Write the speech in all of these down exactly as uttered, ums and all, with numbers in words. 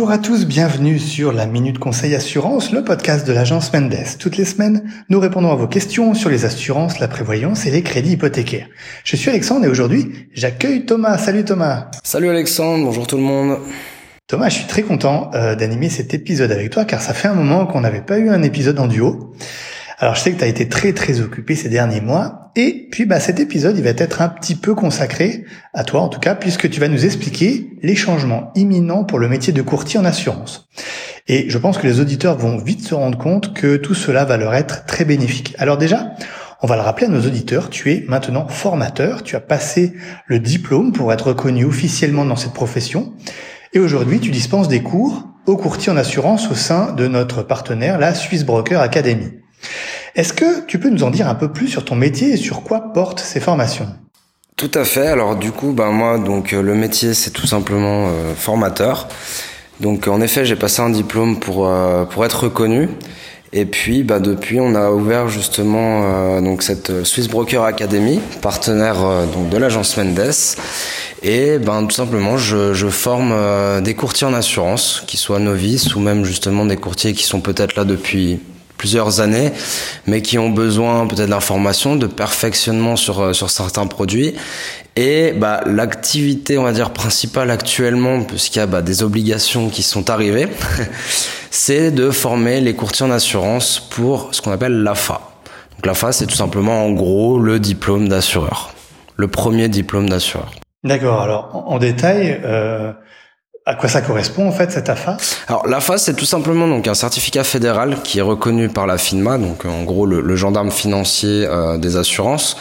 Bonjour à tous, bienvenue sur la Minute Conseil Assurance, le podcast de l'agence Mendes. Toutes les semaines, nous répondons à vos questions sur les assurances, la prévoyance et les crédits hypothécaires. Je suis Alexandre et aujourd'hui, j'accueille Thomas. Salut Thomas. Salut Alexandre, bonjour tout le monde. Thomas, je suis très content euh, d'animer cet épisode avec toi car ça fait un moment qu'on n'avait pas eu un épisode en duo. Alors je sais que tu as été très très occupé ces derniers mois et puis bah cet épisode il va être un petit peu consacré à toi en tout cas puisque tu vas nous expliquer les changements imminents pour le métier de courtier en assurance. Et je pense que les auditeurs vont vite se rendre compte que tout cela va leur être très bénéfique. Alors déjà, on va le rappeler à nos auditeurs, tu es maintenant formateur, tu as passé le diplôme pour être reconnu officiellement dans cette profession et aujourd'hui tu dispenses des cours aux courtiers en assurance au sein de notre partenaire, la Swiss Broker Academy. Est-ce que tu peux nous en dire un peu plus sur ton métier et sur quoi portent ces formations ? Tout à fait. Alors du coup, ben moi, donc le métier, c'est tout simplement euh, formateur. Donc en effet, j'ai passé un diplôme pour euh, pour être reconnu. Et puis, bah depuis, on a ouvert justement euh, donc cette Swiss Broker Academy, partenaire euh, donc de l'agence Mendes. Et ben tout simplement, je, je forme euh, des courtiers en assurance, qui soient novices ou même justement des courtiers qui sont peut-être là depuis plusieurs années, mais qui ont besoin peut-être d'informations, de perfectionnement sur sur certains produits. Et bah l'activité, on va dire principale actuellement, puisqu'il y a bah, des obligations qui sont arrivées, c'est de former les courtiers en assurance pour ce qu'on appelle l'A F A. Donc l'A F A, c'est tout simplement en gros le diplôme d'assureur, le premier diplôme d'assureur. D'accord. Alors en, en détail. Euh... À quoi ça correspond en fait cette A F A ? Alors l'A F A, c'est tout simplement donc un certificat fédéral qui est reconnu par la FINMA, donc en gros le, le gendarme financier euh, des assurances.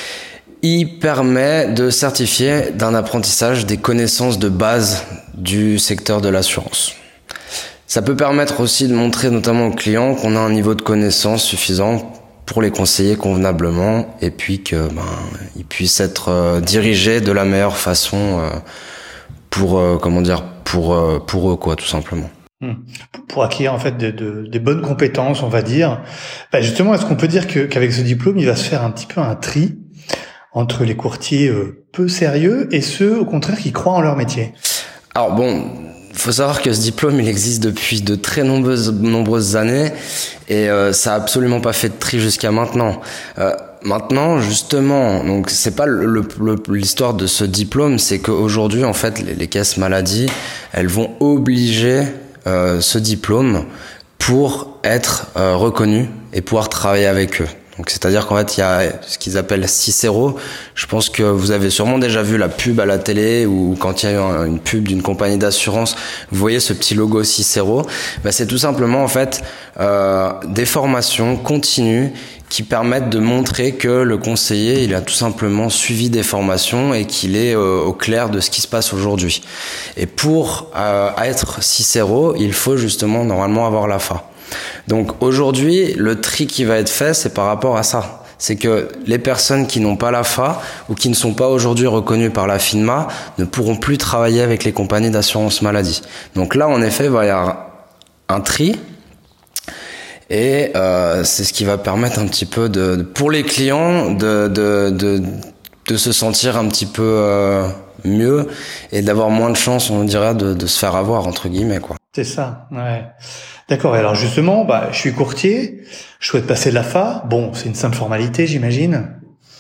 Il permet de certifier d'un apprentissage des connaissances de base du secteur de l'assurance. Ça peut permettre aussi de montrer notamment aux clients qu'on a un niveau de connaissance suffisant pour les conseiller convenablement et puis que ben ils puissent être euh, dirigés de la meilleure façon. Euh, pour euh, comment dire pour euh, pour eux quoi tout simplement. Mmh. Pour acquérir en fait de, de, des bonnes compétences, on va dire. Bah justement, est-ce qu'on peut dire que qu'avec ce diplôme, il va se faire un petit peu un tri entre les courtiers euh, peu sérieux et ceux au contraire qui croient en leur métier ? Alors bon, faut savoir que ce diplôme, il existe depuis de très nombreuses nombreuses années et euh, ça a absolument pas fait de tri jusqu'à maintenant. Euh, Maintenant, justement, donc c'est pas le, le, l'histoire de ce diplôme, c'est qu'aujourd'hui, en fait, les, les caisses maladie, elles vont obliger euh, ce diplôme pour être euh, reconnues et pouvoir travailler avec eux. Donc c'est-à-dire qu'en fait, il y a ce qu'ils appellent Cicero. Je pense que vous avez sûrement déjà vu la pub à la télé ou quand il y a une pub d'une compagnie d'assurance, vous voyez ce petit logo Cicero. Ben, c'est tout simplement en fait euh, des formations continues qui permettent de montrer que le conseiller, il a tout simplement suivi des formations et qu'il est euh, au clair de ce qui se passe aujourd'hui. Et pour euh, être Cicero, il faut justement normalement avoir l'A F A. Donc aujourd'hui, le tri qui va être fait, c'est par rapport à ça. C'est que les personnes qui n'ont pas l'A F A ou qui ne sont pas aujourd'hui reconnues par la FINMA ne pourront plus travailler avec les compagnies d'assurance maladie. Donc là, en effet, il va y avoir un tri. Et euh, c'est ce qui va permettre un petit peu de, de pour les clients de de de de se sentir un petit peu euh, mieux et d'avoir moins de chance, on dirait, de de se faire avoir entre guillemets quoi. C'est ça, ouais. D'accord. Et alors justement, bah je suis courtier, je souhaite passer l'A F A. Bon, c'est une simple formalité, j'imagine.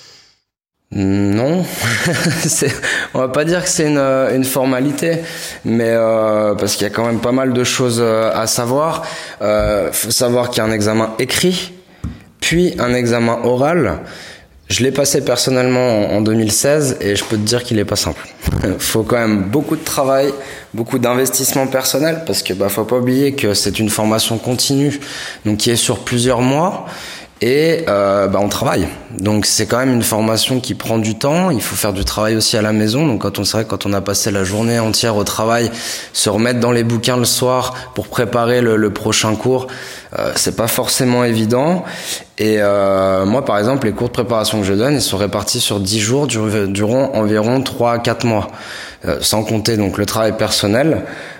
Non, c'est, on va pas dire que c'est une, une formalité, mais euh, parce qu'il y a quand même pas mal de choses à savoir. Euh, faut savoir qu'il y a un examen écrit, puis un examen oral. Je l'ai passé personnellement en deux mille seize et je peux te dire qu'il est pas simple. Faut quand même beaucoup de travail, beaucoup d'investissement personnel parce que bah faut pas oublier que c'est une formation continue, donc qui est sur plusieurs mois. Et euh, bah on travaille, donc c'est quand même une formation qui prend du temps. Il faut faire du travail aussi à la maison. Donc quand on c'est vrai quand on a passé la journée entière au travail, se remettre dans les bouquins le soir pour préparer le, le prochain cours, euh, c'est pas forcément évident. Et euh, moi par exemple, les cours de préparation que je donne, ils sont répartis sur dix jours, durant environ trois à quatre mois, euh, sans compter donc le travail personnel.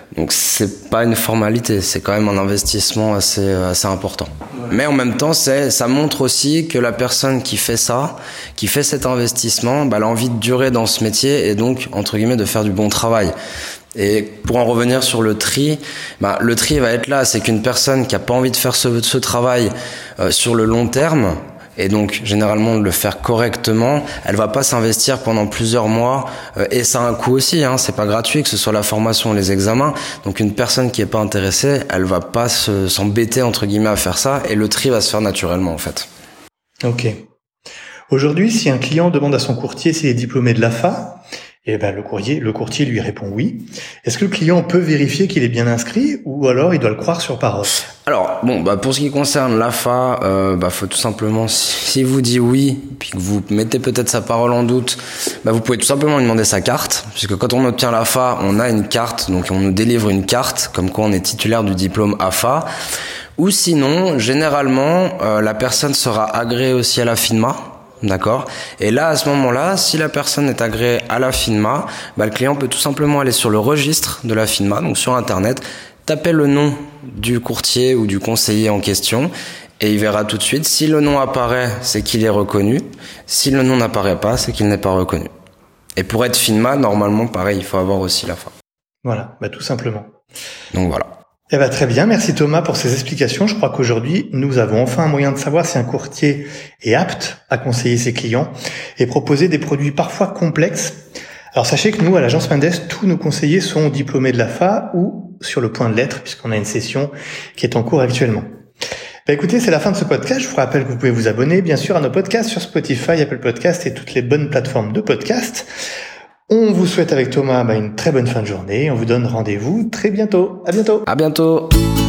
Donc c'est pas une formalité, c'est quand même un investissement assez assez important. Mais en même temps, c'est ça montre aussi que la personne qui fait ça, qui fait cet investissement, bah, elle a envie de durer dans ce métier et donc entre guillemets de faire du bon travail. Et pour en revenir sur le tri, bah, le tri va être là, c'est qu'une personne qui a pas envie de faire ce, ce travail euh, sur le long terme, et donc généralement de le faire correctement, elle va pas s'investir pendant plusieurs mois, euh, et ça a un coût aussi, hein, c'est pas gratuit, que ce soit la formation ou les examens. Donc une personne qui est pas intéressée, elle va pas se, s'embêter entre guillemets à faire ça, et le tri va se faire naturellement en fait. Ok. Aujourd'hui, si un client demande à son courtier s'il est diplômé de l'A F A, et ben le courtier, le courtier lui répond oui. Est-ce que le client peut vérifier qu'il est bien inscrit ou alors il doit le croire sur parole? Alors bon, bah pour ce qui concerne l'A F A, euh, bah faut tout simplement, si vous dit oui, puis que vous mettez peut-être sa parole en doute, bah vous pouvez tout simplement lui demander sa carte, puisque quand on obtient l'A F A, on a une carte, donc on nous délivre une carte, comme quoi on est titulaire du diplôme A F A. Ou sinon, généralement, euh, la personne sera agréée aussi à la FINMA. D'accord. Et là, à ce moment-là, si la personne est agréée à la FINMA, bah, le client peut tout simplement aller sur le registre de la FINMA, donc sur Internet, taper le nom du courtier ou du conseiller en question, et il verra tout de suite. Si le nom apparaît, c'est qu'il est reconnu. Si le nom n'apparaît pas, c'est qu'il n'est pas reconnu. Et pour être FINMA, normalement, pareil, il faut avoir aussi l'A F A. Voilà, bah tout simplement. Donc voilà. Eh ben, très bien, merci Thomas pour ces explications. Je crois qu'aujourd'hui, nous avons enfin un moyen de savoir si un courtier est apte à conseiller ses clients et proposer des produits parfois complexes. Alors sachez que nous, à l'agence Mendes, tous nos conseillers sont diplômés de l'A F A ou sur le point de l'être, puisqu'on a une session qui est en cours actuellement. Ben écoutez, c'est la fin de ce podcast. Je vous rappelle que vous pouvez vous abonner, bien sûr, à nos podcasts sur Spotify, Apple Podcasts et toutes les bonnes plateformes de podcasts. On vous souhaite avec Thomas bah, une très bonne fin de journée. On vous donne rendez-vous très bientôt. À bientôt. À bientôt.